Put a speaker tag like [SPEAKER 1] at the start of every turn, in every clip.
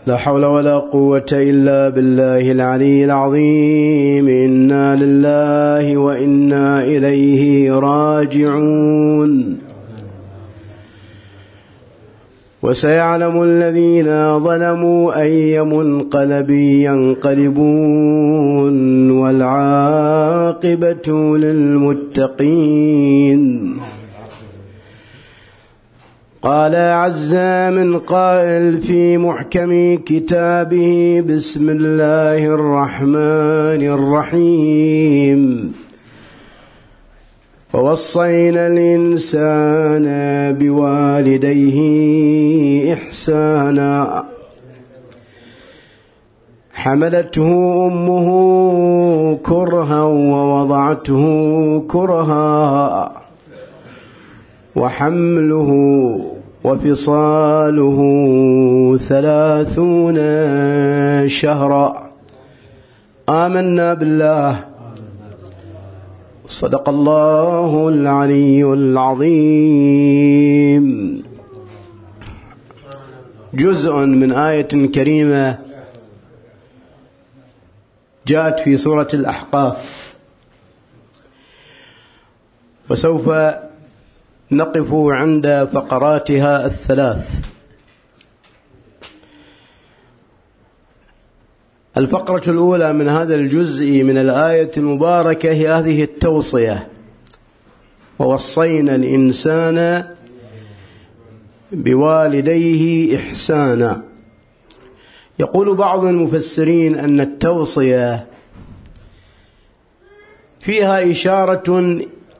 [SPEAKER 1] لا حول ولا قوة إلا بالله العلي العظيم. إنا لله وإنا إليه راجعون. وسيعلم الذين ظلموا أي منقلب ينقلبون والعاقبة للمتقين. قال عز من قائل في محكم كتابه: بسم الله الرحمن الرحيم. ووصينا الإنسان بوالديه إحسانا حملته أمه كرها ووضعته كرها وحمله وفصاله 30 شهرا. آمنا بالله. صدق الله العلي العظيم. جزء من آية كريمة جاءت في سورة الأحقاف، وسوف نقف عند فقراتها الثلاث. الفقرة الأولى من هذا الجزء من الآية المباركة هي هذه التوصية: ووصينا الإنسان بوالديه إحسانا. يقول بعض المفسرين أن التوصية فيها إشارة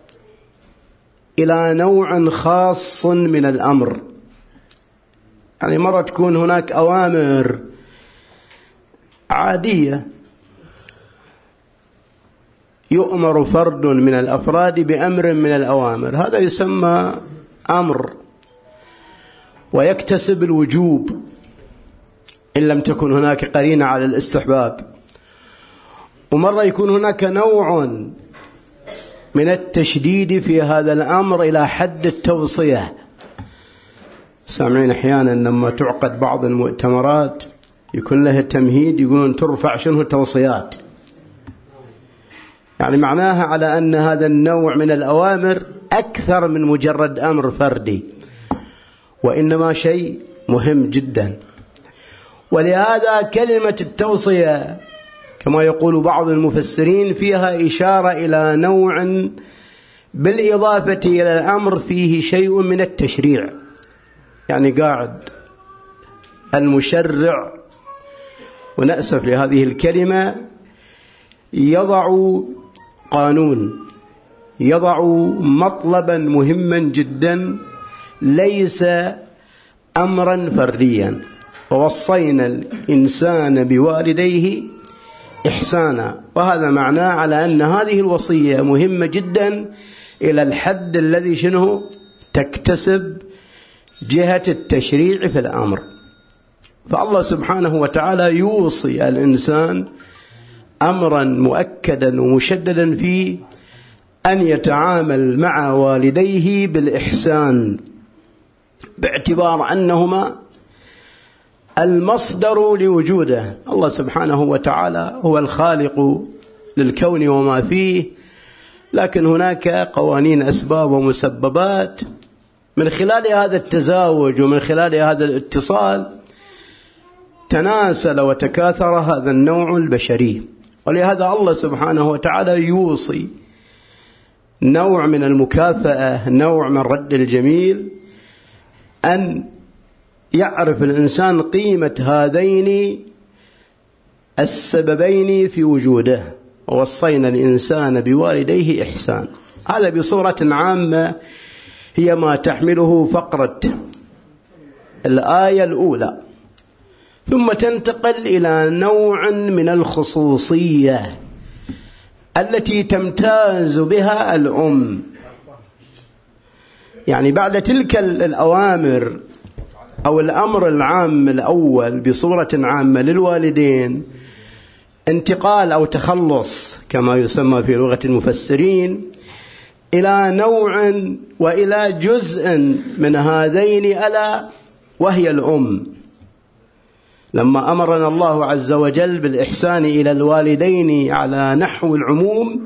[SPEAKER 1] إلى نوع خاص من الأمر. يعني مرة تكون هناك أوامر عادية، يؤمر فرد من الأفراد بأمر من الأوامر، هذا يسمى أمر ويكتسب الوجوب إن لم تكن هناك قرينة على الاستحباب. ومرة يكون هناك نوع من التشديد في هذا الأمر إلى حد التوصية. سامعين أحيانا لما تعقد بعض المؤتمرات يكون لها تمهيد، يقولون ترفع شنو توصيات، يعني معناها على أن هذا النوع من الأوامر أكثر من مجرد أمر فردي، وإنما شيء مهم جدا. ولهذا كلمة التوصية كما يقول بعض المفسرين فيها إشارة إلى نوع بالإضافة إلى الأمر فيه شيء من التشريع. يعني قاعد المشرع، ونأسف لهذه الكلمة، يضع قانون، يضع مطلبا مهما جدا ليس أمرا فرديا. ووصينا الإنسان بوالديه إحسانا، وهذا معناه على أن هذه الوصية مهمة جدا إلى الحد الذي شنه تكتسب جهة التشريع في الأمر. فالله سبحانه وتعالى يوصي الإنسان أمرا مؤكدا ومشددا فيه أن يتعامل مع والديه بالإحسان، باعتبار أنهما المصدر لوجوده. الله سبحانه وتعالى هو الخالق للكون وما فيه، لكن هناك قوانين أسباب ومسببات، من خلال هذا التزاوج ومن خلال هذا الاتصال تناسل وتكاثر هذا النوع البشري. ولهذا الله سبحانه وتعالى يوصي نوع من المكافأة، نوع من رد الجميل، أن يعرف الإنسان قيمة هذين السببين في وجوده. ووصينا الإنسان بوالديه إحسان، هذا بصورة عامة هي ما تحمله فقرة الآية الأولى، ثم تنتقل إلى نوع من الخصوصية التي تمتاز بها الأم. يعني بعد تلك الأوامر أو الأمر العام الأول بصورة عامة للوالدين، انتقال أو تخلص كما يسمى في لغة المفسرين إلى نوع وإلى جزء من هذين ألا وهي الأم. لما أمرنا الله عز وجل بالإحسان إلى الوالدين على نحو العموم،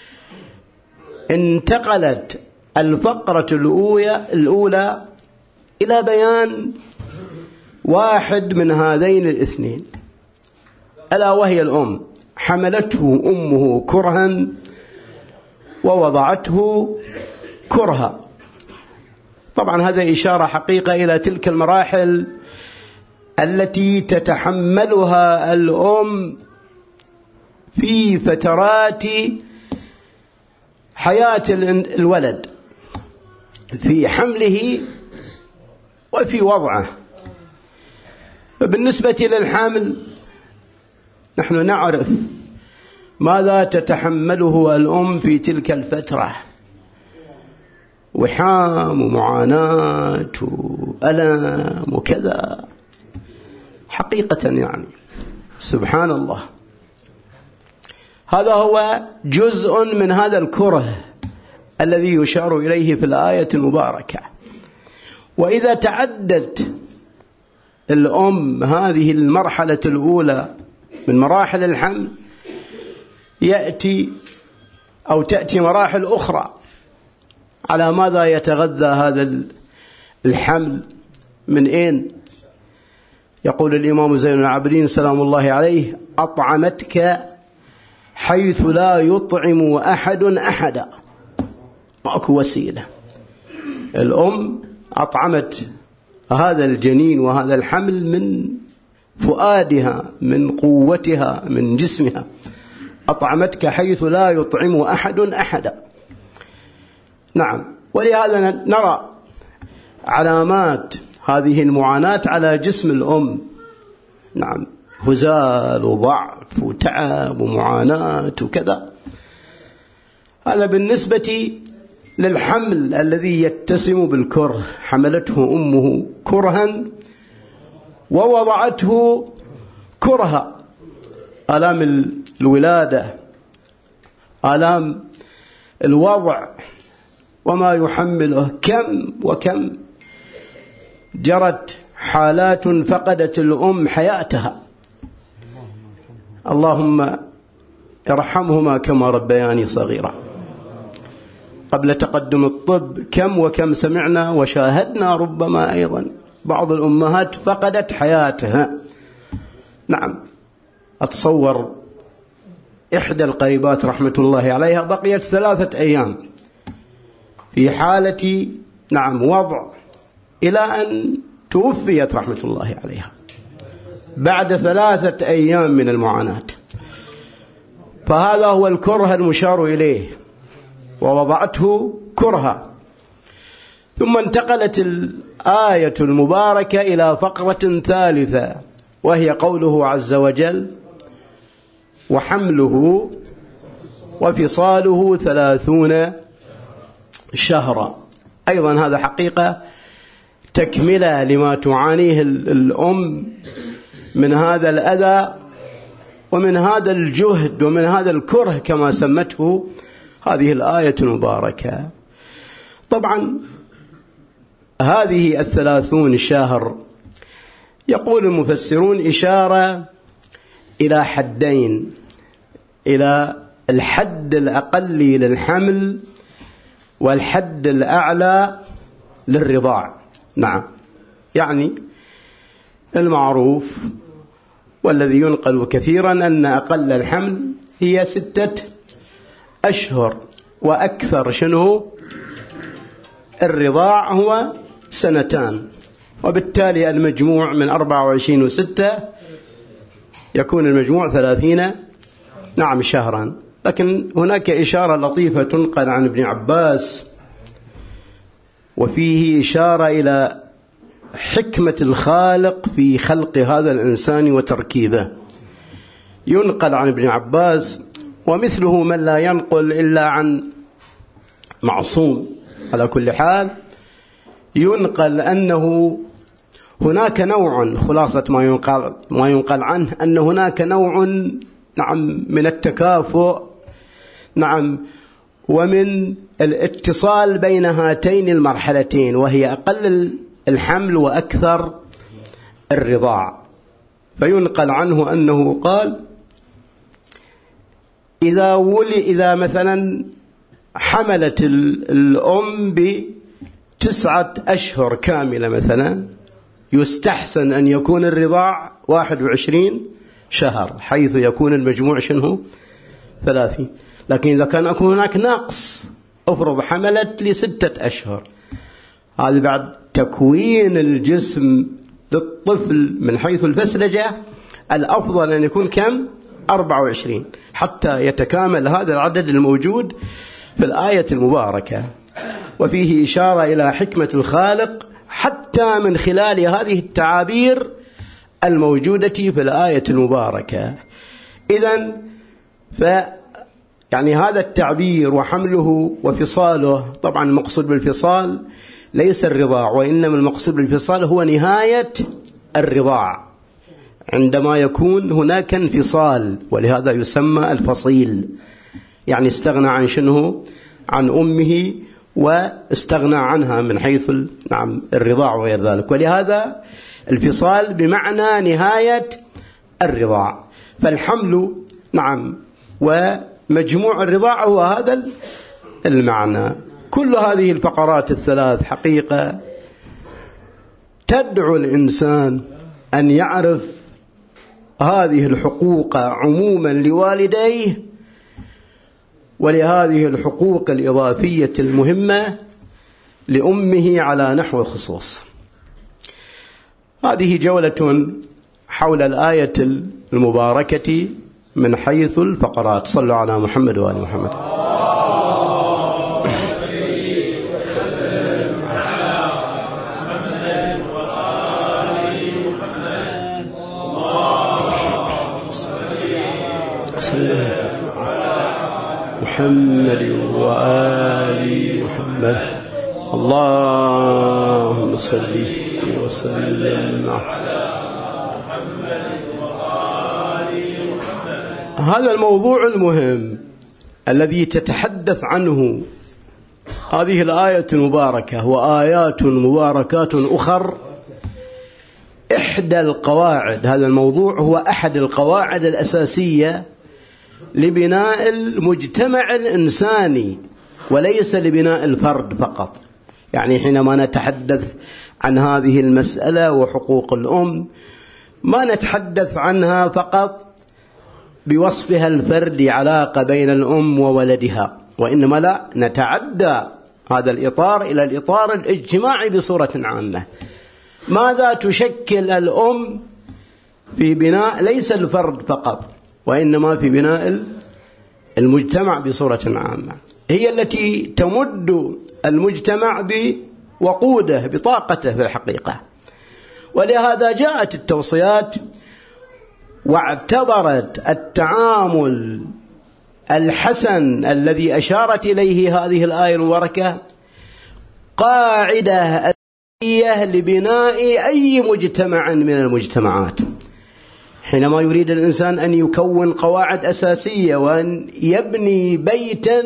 [SPEAKER 1] انتقلت الفقرة الأولى إلى بيان واحد من هذين الاثنين، ألا وهي الأم. حملته أمه كرها ووضعته كرها. طبعا هذا إشارة حقيقة إلى تلك المراحل التي تتحملها الأم في فترات حياة الولد، في حمله وفي وضعه. فبالنسبة للحامل نحن نعرف ماذا تتحمله الأم في تلك الفترة، وحام ومعاناة وألم وكذا، حقيقة يعني سبحان الله. هذا هو جزء من هذا الكره الذي يشار إليه في الآية المباركة. وإذا تعدت الأم هذه المرحلة الأولى من مراحل الحمل، تأتي مراحل أخرى. على ماذا يتغذى هذا الحمل؟ من أين؟ يقول الإمام زين العابدين سلام الله عليه: أطعمتك حيث لا يطعم أحد أحدا. ماكو وسيلة. الأم أطعمت هذا الجنين وهذا الحمل من فؤادها، من قوتها، من جسمها. أطعمتك حيث لا يطعم أحد أحدا. نعم. ولهذا نرى علامات هذه المعاناة على جسم الأم. نعم، هزال وضعف وتعب ومعاناة وكذا. هذا بالنسبة للحمل الذي يتسم بالكره. حملته أمه كرها ووضعته كرها. آلام الولادة، آلام الوضع وما يحمله. كم وكم جرت حالات فقدت الأم حياتها. اللهم ارحمهما كما ربياني صغيرا. قبل تقدم الطب كم وكم سمعنا وشاهدنا ربما أيضا بعض الأمهات فقدت حياتها. نعم، أتصور إحدى القريبات رحمة الله عليها بقيت 3 أيام في حالة وضع، إلى أن توفيت رحمة الله عليها بعد 3 أيام من المعاناة. فهذا هو الكره المشار إليه، ووضعته كرها. ثم انتقلت الآية المباركة إلى فقرة ثالثة، وهي قوله عز وجل: وحمله وفصاله 30 شهرا. أيضا هذا حقيقة تكملة لما تعانيه الأم من هذا الأذى ومن هذا الجهد ومن هذا الكره كما سمته هذه الآية المباركة. طبعا هذه 30 شهر يقول المفسرون إشارة إلى حدين: إلى الحد الأقل للحمل والحد الأعلى للرضاع. نعم، يعني المعروف والذي ينقل كثيرا أن أقل الحمل هي 6 أشهر، وأكثر شنو الرضاع هو 2 وبالتالي المجموع من 24 و6 يكون المجموع 30 شهرا. لكن هناك إشارة لطيفة تنقل عن ابن عباس، وفيه إشارة إلى حكمة الخالق في خلق هذا الإنسان وتركيبه. ينقل عن ابن عباس، ومثله من لا ينقل إلا عن معصوم. على كل حال ينقل أنه هناك نوع، خلاصة ما ينقل عنه أن هناك نوع من التكافؤ ومن الاتصال بين هاتين المرحلتين، وهي أقل الحمل وأكثر الرضاع. فينقل عنه أنه قال: إذا مثلا حملت الأم ب9 أشهر كاملة مثلا، يستحسن أن يكون الرضاع 21 شهر، حيث يكون المجموع شنه 30. لكن إذا كان يكون هناك نقص، أفرض حملت ل6 أشهر، هذا بعد تكوين الجسم للطفل من حيث الفسلجة الأفضل أن يكون كم؟ 24، حتى يتكامل هذا العدد الموجود في الآية المباركة. وفيه إشارة إلى حكمة الخالق حتى من خلال هذه التعابير الموجودة في الآية المباركة. إذن يعني هذا التعبير وحمله وفصاله، طبعا المقصود بالفصال ليس الرضاع، وإنما المقصود بالفصال هو نهاية الرضاع، عندما يكون هناك انفصال، ولهذا يسمى الفصيل. يعني استغنى عن شنه؟ عن أمه، واستغنى عنها من حيث الرضاع وغير ذلك، ولهذا الفصال بمعنى نهاية الرضاع. فالحمل ومجموع الرضاع هو هذا المعنى. كل هذه الفقرات الثلاث حقيقة تدعو الإنسان أن يعرف هذه الحقوق عموما لوالديه، ولهذه الحقوق الإضافية المهمة لأمه على نحو الخصوص. هذه جولة حول الآية المباركة من حيث الفقرات. صلوا على محمد وآل محمد. محمد وآل محمد. اللهم صل وسلم على محمد وآل محمد. هذا الموضوع المهم الذي تتحدث عنه هذه الآية المباركة وآيات مباركات أخر، إحدى القواعد، هذا الموضوع هو أحد القواعد الأساسية لبناء المجتمع الإنساني، وليس لبناء الفرد فقط. يعني حينما نتحدث عن هذه المسألة وحقوق الأم، ما نتحدث عنها فقط بوصفها الفردي علاقة بين الأم وولدها، وإنما لا، نتعدى هذا الإطار إلى الإطار الاجتماعي بصورة عامة. ماذا تشكل الأم في بناء ليس الفرد فقط، وإنما في بناء المجتمع بصورة عامة؟ هي التي تمد المجتمع بوقوده بطاقته في الحقيقة. ولهذا جاءت التوصيات واعتبرت التعامل الحسن الذي أشارت إليه هذه الآية المباركة قاعدة أساسية لبناء أي مجتمع من المجتمعات. حينما يريد الإنسان أن يكون قواعد أساسية وأن يبني بيتا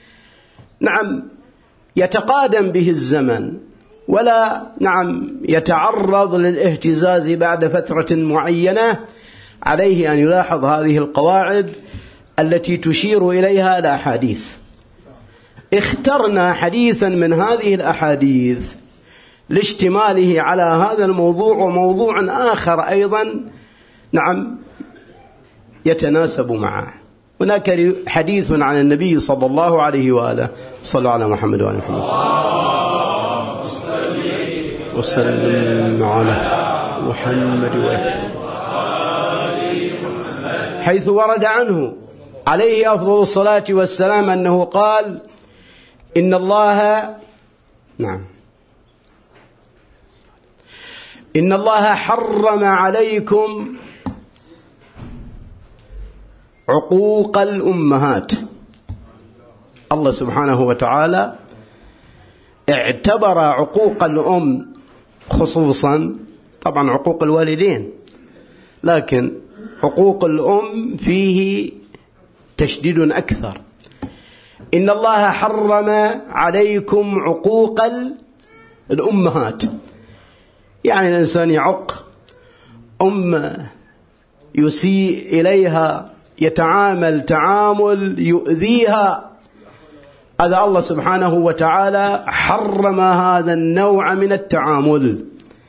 [SPEAKER 1] يتقادم به الزمن، ولا يتعرض للاهتزاز بعد فترة معينة، عليه أن يلاحظ هذه القواعد التي تشير إليها الأحاديث. اخترنا حديثا من هذه الأحاديث لاشتماله على هذا الموضوع، وموضوع آخر أيضا يتناسب معه. هناك حديث عن النبي صلى الله عليه وآله. صلوا على محمد وآل محمد. وسلم على محمد وآله، حيث ورد عنه عليه أفضل الصلاة والسلام أنه قال: إن الله حرم عليكم عقوق الأمهات. الله سبحانه وتعالى اعتبر عقوق الأم خصوصا، طبعا عقوق الوالدين، لكن حقوق الأم فيه تشديد أكثر. إن الله حرم عليكم عقوق الأمهات، يعني الإنسان يعق أمه يسيء إليها، يتعامل تعامل يؤذيها. هذا الله سبحانه وتعالى حرم هذا النوع من التعامل.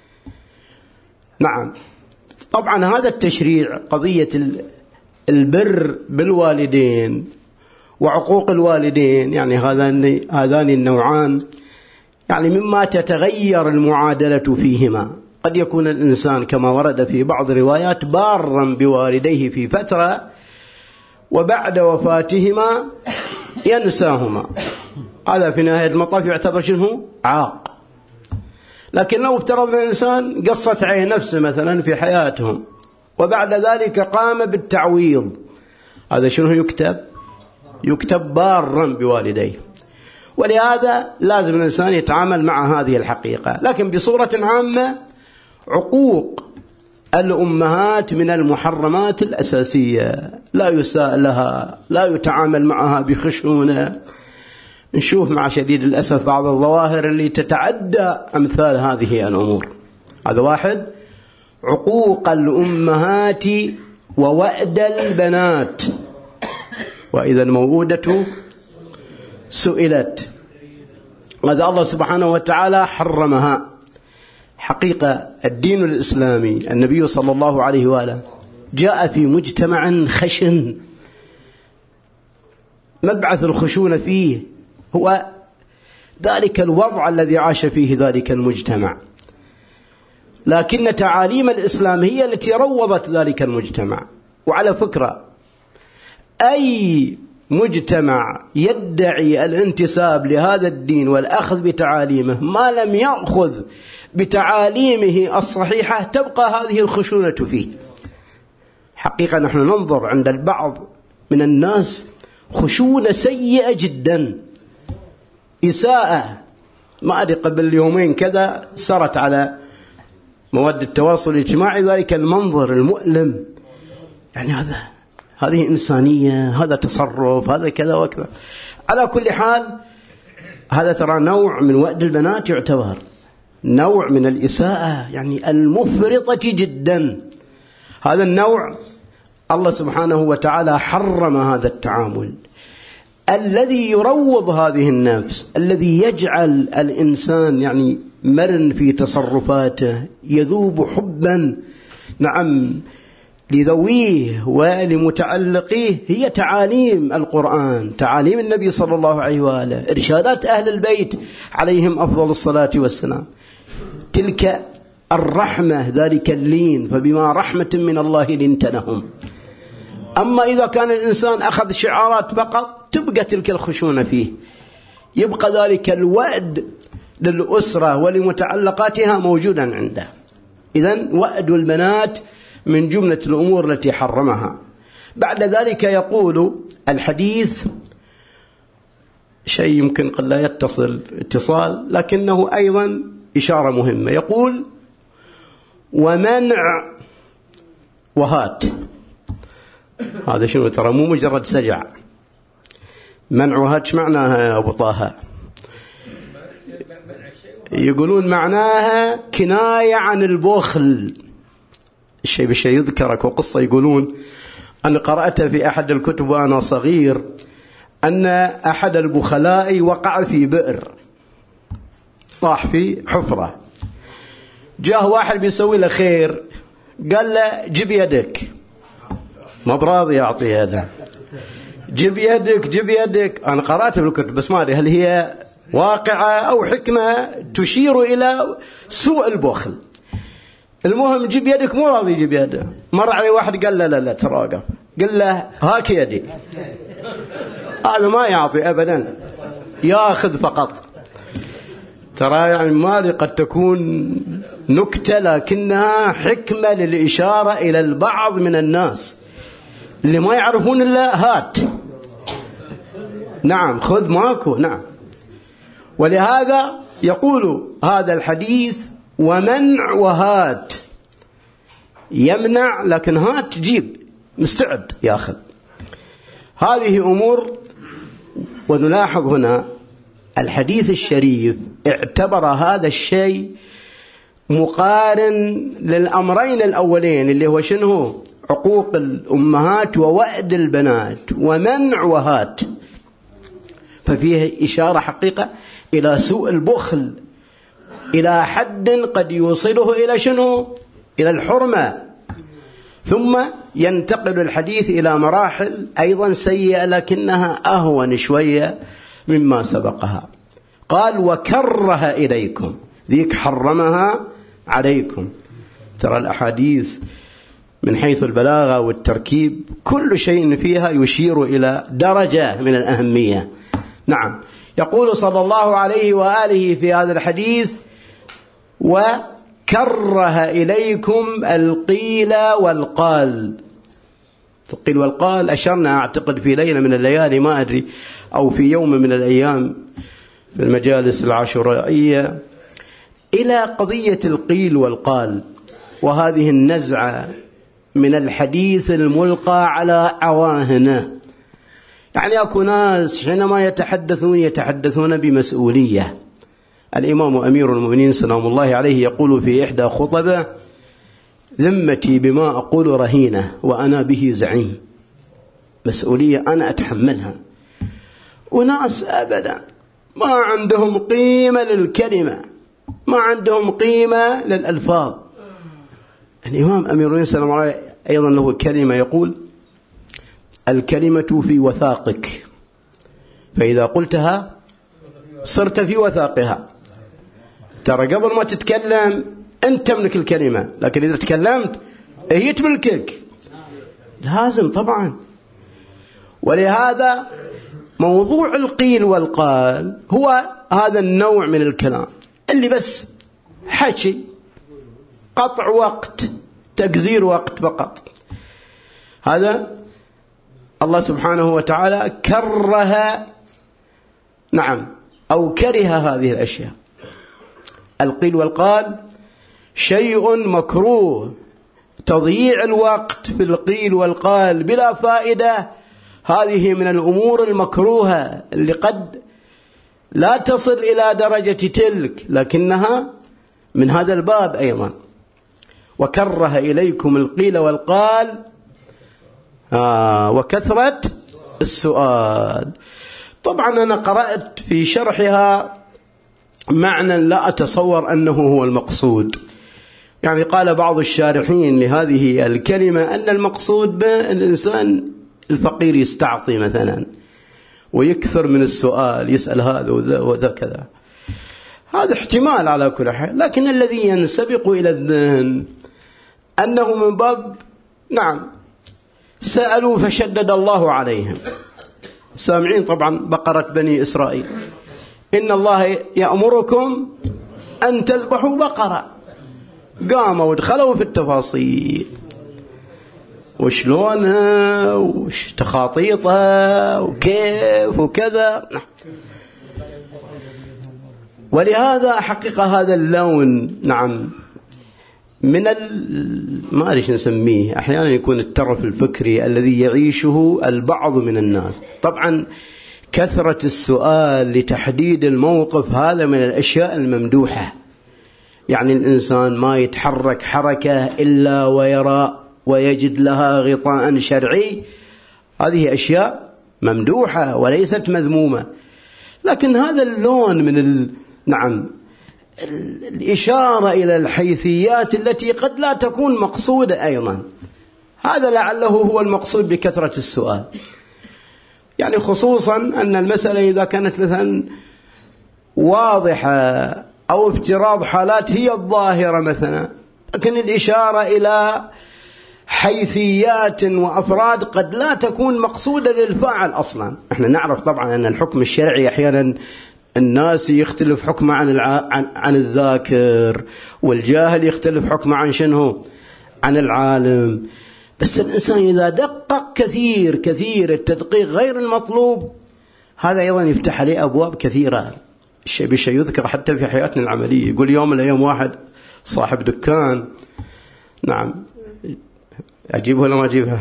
[SPEAKER 1] نعم، طبعا هذا التشريع، قضية البر بالوالدين وعقوق الوالدين، يعني هذان النوعان يعني مما تتغير المعادلة فيهما. قد يكون الإنسان كما ورد في بعض الروايات بارا بوالديه في فترة، وبعد وفاتهما ينساهما، هذا في نهاية المطاف يعتبر شنو؟ عاق. لكن لو افترضنا الإنسان قصت عين نفسه مثلا في حياتهم، وبعد ذلك قام بالتعويض، هذا شنو يكتب؟ يكتب بارا بوالديه. ولهذا لازم الإنسان يتعامل مع هذه الحقيقة. لكن بصورة عامة عقوق الأمهات من المحرمات الأساسية، لا يساء لها، لا يتعامل معها بخشونة. نشوف مع شديد الأسف بعض الظواهر اللي تتعدى أمثال هذه الأمور. هذا واحد، عقوق الأمهات ووأد البنات. وإذا الموءودة سئلت، هذا الله سبحانه وتعالى حرمها. حقيقة الدين الإسلامي، النبي صلى الله عليه وآله جاء في مجتمع خشن، مبعث الخشونة فيه هو ذلك الوضع الذي عاش فيه ذلك المجتمع. لكن تعاليم الإسلام هي التي روضت ذلك المجتمع. وعلى فكرة أي مجتمع يدعي الانتساب لهذا الدين والأخذ بتعاليمه ما لم يأخذ بتعاليمه الصحيحة تبقى هذه الخشونة فيه. حقيقة نحن ننظر عند البعض من الناس خشونة سيئة جدا، إساءة. ما أدري قبل يومين كذا سرت على مواد التواصل الاجتماعي ذلك المنظر المؤلم، يعني هذه إنسانية، هذا تصرف، هذا كذا وكذا. على كل حال هذا ترى نوع من وأد البنات، يعتبر نوع من الإساءة يعني المفرطة جدا. هذا النوع الله سبحانه وتعالى حرم هذا التعامل الذي يروض هذه النفس، الذي يجعل الإنسان يعني مرن في تصرفاته، يذوب حبا نعم لذويه ولمتعلقيه. هي تعاليم القرآن، تعاليم النبي صلى الله عليه وآله، إرشادات أهل البيت عليهم أفضل الصلاة والسلام. تلك الرحمة، ذلك اللين، فبما رحمة من الله لنت لهم. أما إذا كان الإنسان أخذ شعارات فقط تبقى تلك الخشونة فيه، يبقى ذلك الوأد للأسرة ولمتعلقاتها موجودا عنده. إذن وأد البنات من جملة الأمور التي حرمها. بعد ذلك يقول الحديث شيء يمكن قد لا يتصل اتصال، لكنه أيضا إشارة مهمة. يقول ومنع وهات. هذا شنو؟ ترى مو مجرد سجع. منع وهات معناها يا أبو طه؟ يقولون معناها كناية عن البخل. الشيء بالشيء يذكرك. وقصة يقولون أن قرأت في أحد الكتب وأنا صغير أن أحد البخلاء وقع في بئر، طاح في حفرة. جاء واحد بيسوي له خير، قال له جيب يدك، ما براضي يعطي يده، جيب يدك جيب يدك. أنا قرأت في الكتب بس ما أدري هل هي واقعة أو حكمة تشير إلى سوء البخل. المهم جيب يدك، مو راضي يجيب يده. مر عليه واحد قال له لا تراقب، قال له هاك يدي. هذا ما يعطي أبدا، ياخذ فقط. ترى يعني ما قد تكون نكتة لكنها حكمة للإشارة إلى البعض من الناس اللي ما يعرفون إلا هات. نعم خذ ماكو. نعم. ولهذا يقول هذا الحديث ومنع وهات، يمنع لكن هات جيب، مستعد ياخذ. هذه أمور. ونلاحظ هنا الحديث الشريف اعتبر هذا الشيء مقارن للأمرين الأولين اللي هو شنو؟ عقوق الأمهات ووأد البنات ومنع وهات، ففيه إشارة حقيقة إلى سوء البخل إلى حد قد يوصله إلى شنو؟ إلى الحرمة. ثم ينتقل الحديث إلى مراحل أيضا سيئة لكنها أهون شوية مما سبقها. قال وكره إليكم، ذيك حرمها عليكم. ترى الأحاديث من حيث البلاغة والتركيب كل شيء فيها يشير إلى درجة من الأهمية. نعم، يقول صلى الله عليه وآله في هذا الحديث وكره إليكم القيل والقال. القيل والقال أشرنا أعتقد في ليلة من الليالي، ما أدري، أو في يوم من الأيام في المجالس العاشورائية، إلى قضية القيل والقال، وهذه النزعة من الحديث الملقى على عواهنه. يعني أكو ناس حينما يتحدثون بمسؤولية. الإمام أمير المؤمنين سلام الله عليه يقول في إحدى خطبه: ذمتي بما أقول رهينة وأنا به زعيم. مسؤولية أنا أتحملها. وناس أبدا ما عندهم قيمة للكلمة، ما عندهم قيمة للألفاظ. الإمام أمير المؤمنين سلام الله عليه أيضا له كلمة يقول: الكلمة في وثاقك، فإذا قلتها صرت في وثاقها. ترى قبل ما تتكلم أنت تملك الكلمة، لكن إذا تكلمت هي تملكك. لازم طبعا. ولهذا موضوع القيل والقال هو هذا النوع من الكلام اللي بس حكي، قطع وقت، تقزير وقت فقط. هذا الله سبحانه وتعالى كره، نعم، أو كره هذه الأشياء. القيل والقال شيء مكروه، تضييع الوقت في القيل والقال بلا فائدة، هذه من الأمور المكروهة اللي قد لا تصل إلى درجة تلك، لكنها من هذا الباب أيضا. وكره إليكم القيل والقال وكثرة السؤال. طبعا أنا قرأت في شرحها معنى لا أتصور أنه هو المقصود. يعني قال بعض الشارحين لهذه الكلمة أن المقصود بالإنسان الفقير يستعطي مثلا ويكثر من السؤال، يسأل هذا وذا كذا. هذا احتمال على كل حال، لكن الذي ينسبق إلى الذهن أنه من باب، نعم، سألوا فشدد الله عليهم. سامعين طبعا بقرة بني إسرائيل: إن الله يأمركم أن تذبحوا بقرة. قاموا ودخلوا في التفاصيل، وشلونها وش تخاطيطها وكيف وكذا. ولهذا حقيقة هذا اللون، نعم، من ما أدري نسميه، أحيانا يكون الترف الفكري الذي يعيشه البعض من الناس. طبعا كثرة السؤال لتحديد الموقف هذا من الأشياء الممدوحة. يعني الإنسان ما يتحرك حركة إلا ويرى ويجد لها غطاء شرعي، هذه أشياء ممدوحة وليست مذمومة. لكن هذا اللون من نعم، الإشارة إلى الحيثيات التي قد لا تكون مقصودة أيضا، هذا لعله هو المقصود بكثرة السؤال. يعني خصوصا أن المسألة إذا كانت مثلا واضحة أو افتراض حالات هي الظاهرة مثلا، لكن الإشارة إلى حيثيات وأفراد قد لا تكون مقصودة للفاعل أصلا. احنا نعرف طبعا أن الحكم الشرعي أحيانا الناس يختلف حكمه عن الذاكر، والجاهل يختلف حكمه عن شنو؟ عن العالم. بس الإنسان إذا دقق كثير التدقيق غير المطلوب، هذا أيضا يفتح عليه أبواب كثيرة. الشيء بشيء يذكر حتى في حياتنا العملية. يقول يوم من الأيام واحد صاحب دكان، نعم، أجيبها ولا ما أجيبها؟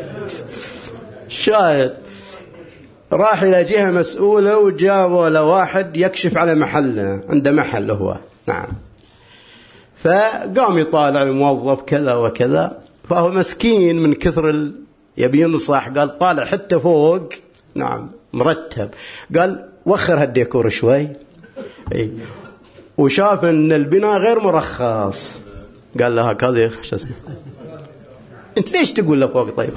[SPEAKER 1] شاهد، راح إلى جهة مسؤولة وجابوا له واحد يكشف على محله، عنده محل هو، نعم. فقام يطالع الموظف كذا وكذا، فهو مسكين من كثر يبي ينصح، قال طالع حتى فوق نعم مرتب، قال وخر هالديكور شوي، وشاف ان البناء غير مرخص، قال له هكذا شو اسمه انت ليش تقول له فوق؟ طيب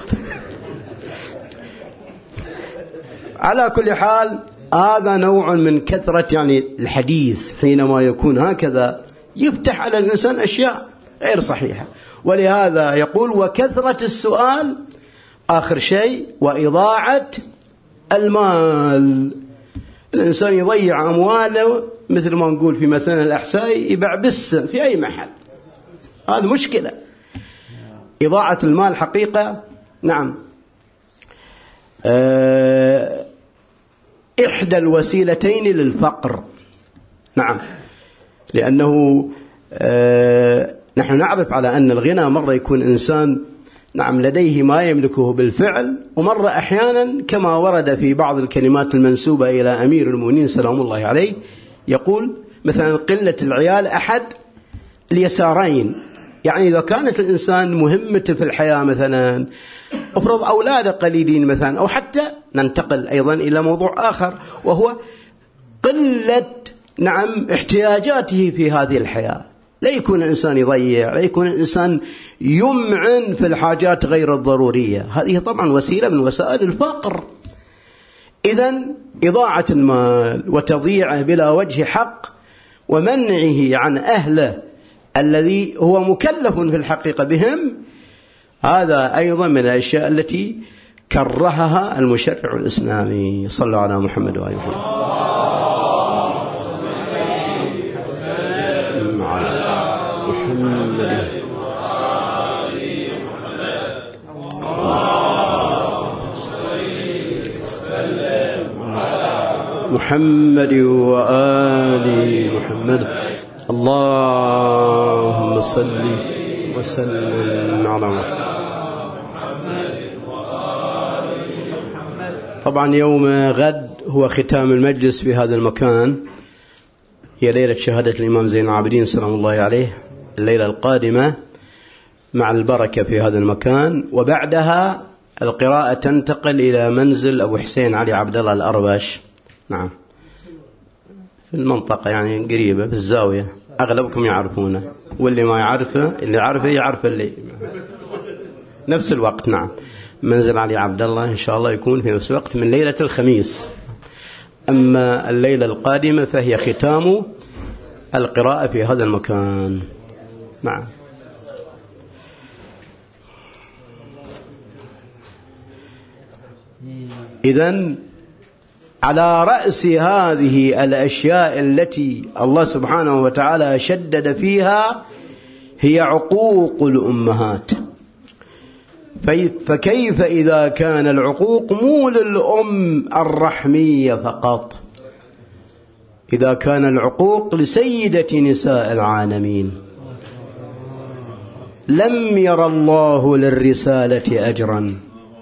[SPEAKER 1] على كل حال هذا نوع من كثرة يعني الحديث، حينما يكون هكذا يفتح على الإنسان أشياء غير صحيحة. ولهذا يقول وكثرة السؤال، آخر شيء وإضاعة المال. الإنسان يضيع أمواله مثل ما نقول في مثلا الأحساء يبيع بالسن في أي محل، هذا مشكلة. إضاعة المال حقيقة نعم إحدى الوسيلتين للفقر. نعم، لأنه نحن نعرف على أن الغنى مرة يكون إنسان نعم لديه ما يملكه بالفعل، ومرة أحيانا كما ورد في بعض الكلمات المنسوبة إلى أمير المؤمنين سلام الله عليه يقول مثلا قلة العيال أحد اليسارين. يعني إذا كانت الإنسان مهمته في الحياة مثلا أفرض أولاده قليلين مثلا، أو حتى ننتقل أيضا إلى موضوع آخر وهو قلة نعم احتياجاته في هذه الحياة، لا يكون الإنسان يضيع، لا يكون الإنسان يمعن في الحاجات غير الضرورية، هذه طبعا وسيلة من وسائل الفقر. إذن إضاعة المال وتضييعه بلا وجه حق ومنعه عن أهله الذي هو مكلف في الحقيقة بهم، هذا أيضا من الأشياء التي كرهها المشرع الإسلامي. صلوا على محمد وآل محمد. محمد وآل محمد. اللهم صل وسلم على محمد. طبعا يوم غد هو ختام المجلس في هذا المكان، هي ليلة شهادة الإمام زين العابدين سلام الله عليه، الليلة القادمة مع البركة في هذا المكان، وبعدها القراءة تنتقل إلى منزل أبو حسين علي عبد الله الأربش. نعم، في المنطقة يعني قريبة بالزاوية، أغلبكم يعرفونه، واللي ما يعرفه اللي يعرف اللي نفس الوقت. نعم، منزل علي عبد الله إن شاء الله يكون في نفس الوقت من ليلة الخميس. أما الليلة القادمة فهي ختام القراءة في هذا المكان. نعم. إذن على رأس هذه الأشياء التي الله سبحانه وتعالى شدد فيها هي عقوق الأمهات. فكيف إذا كان العقوق مو للأم الرحمية فقط، إذا كان العقوق لسيدة نساء العالمين؟ لم ير الله للرسالة أجرا،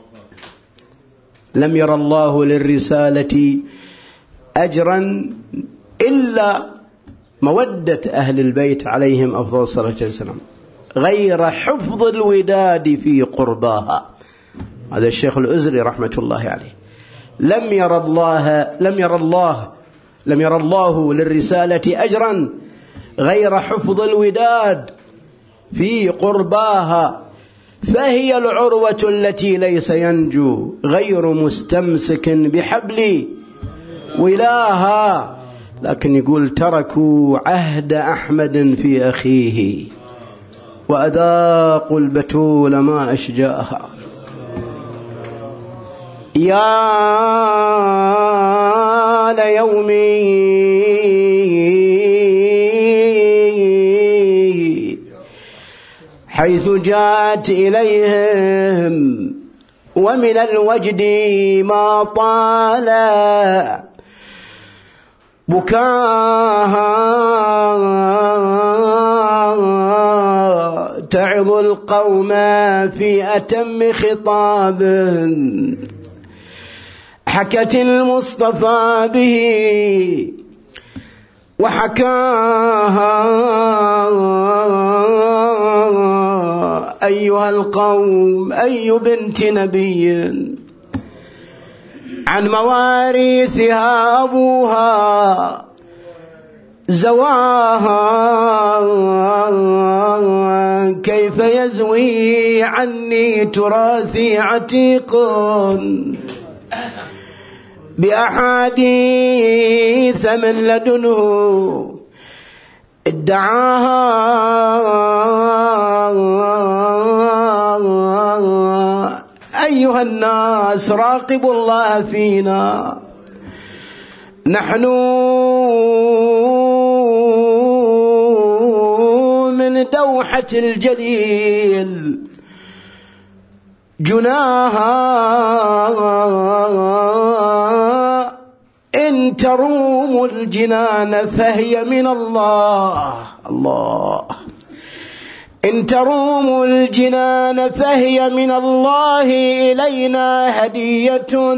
[SPEAKER 1] لم ير الله للرسالة أجرا إلا مودة أهل البيت عليهم أفضل الصلاة والسلام، غير حفظ الوداد في قرباها. هذا الشيخ الأزري رحمة الله عليه. لم ير الله للرسالة أجرا غير حفظ الوداد في قرباها، فهي العروة التي ليس ينجو غير مستمسك بحبل ولاها. لكن يقول تركوا عهد أحمد في أخيه وأذاقوا البتول ما أشجاها. يا ليومي حيث جاءت إليهم ومن الوجد ما طال بكاها، تعظ القوم في أتم خطاب حكت المصطفى به وحكاها أيها القوم أي بنت نبي عن مواريثها أبوها زواها كيف يزوي عني تراثي عتيق بأحاديث من لدنه ادعاها أيها الناس راقبوا الله فينا نحن من دوحة الجليل جناها إن تروم الجنان فهي من الله الله إن تروم الجنان فهي من الله إلينا هدية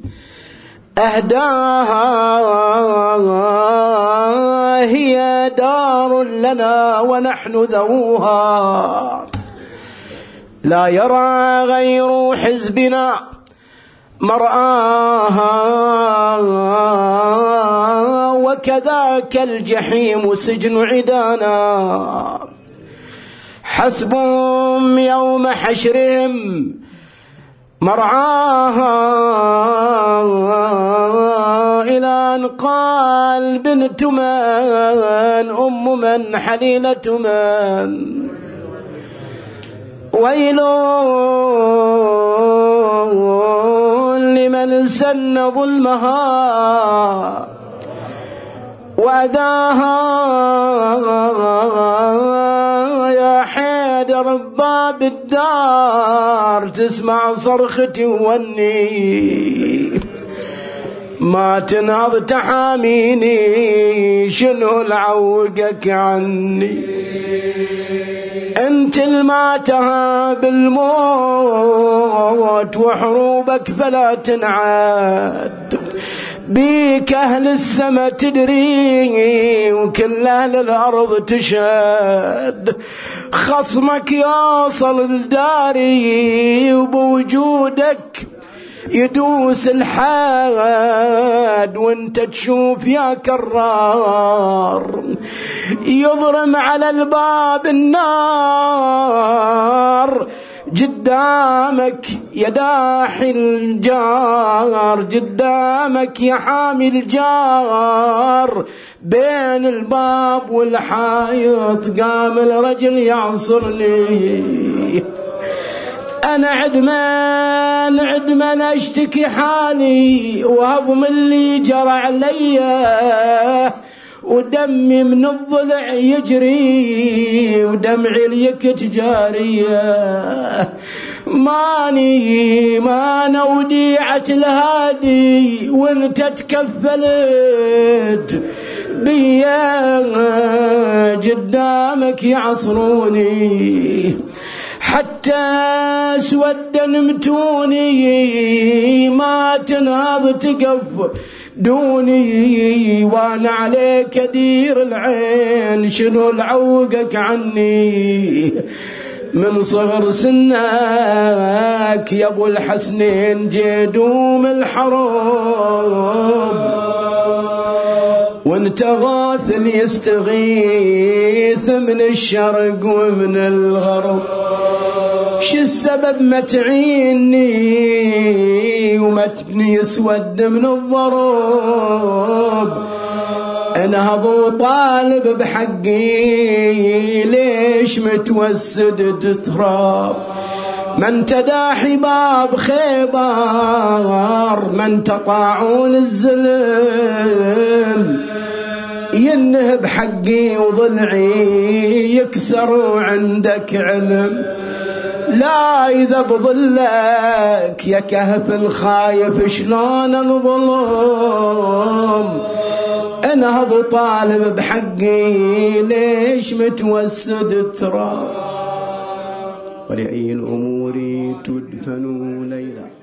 [SPEAKER 1] أهداها هي دار لنا ونحن ذووها لا يرى غير حزبنا مرآها وكذاك الجحيم سجن عدانا حسبهم يوم حشرهم مرعاها إلى أن قال بنت من أم من حليلة من ويل لمن سن ظلمها وأذاها يا حيدر باب الدار تسمع صرختي واني ما تنهض تحاميني شنو العوقك عني انت الماتها بالموت وحروبك فلا تنعد بيك أهل السماء تدري وكل أهل الأرض تشهد خصمك يوصل الداري وبوجودك يدوس الحاد وانت تشوف يا كرار يضرم على الباب النار قدامك يا داحي الجار قدامك يا حامي الجار بين الباب والحائط قام الرجل يعصرني أنا عدمان أشتكي حالي وهضم اللي جرى علي ودمي من الضلع يجري ودمعي ليكت جارية ما وديعة الهادي وانت تكفلت بيا قدامك يعصروني حتى اسود نمتوني ما تنهض تقف دوني وانا عليك ادير العين شنو العوقك عني من صغر سنك يا ابو الحسنين جدوم الحرب وانت غاث يستغيث من الشرق ومن الغرب شو السبب ما تعيني ومتني يسود من الضرب انا هضو طالب بحقي ليش متوسد تتراب من تداحي باب خيبر من تطاعون الظلم ينهب حقي وضلعي يكسروا عندك علم لا إذا بظلك يا كهف الخايف شلون الظلم أنا هذا طالب بحقي ليش متوسد التراب ولأي الأمور تدفن ليلة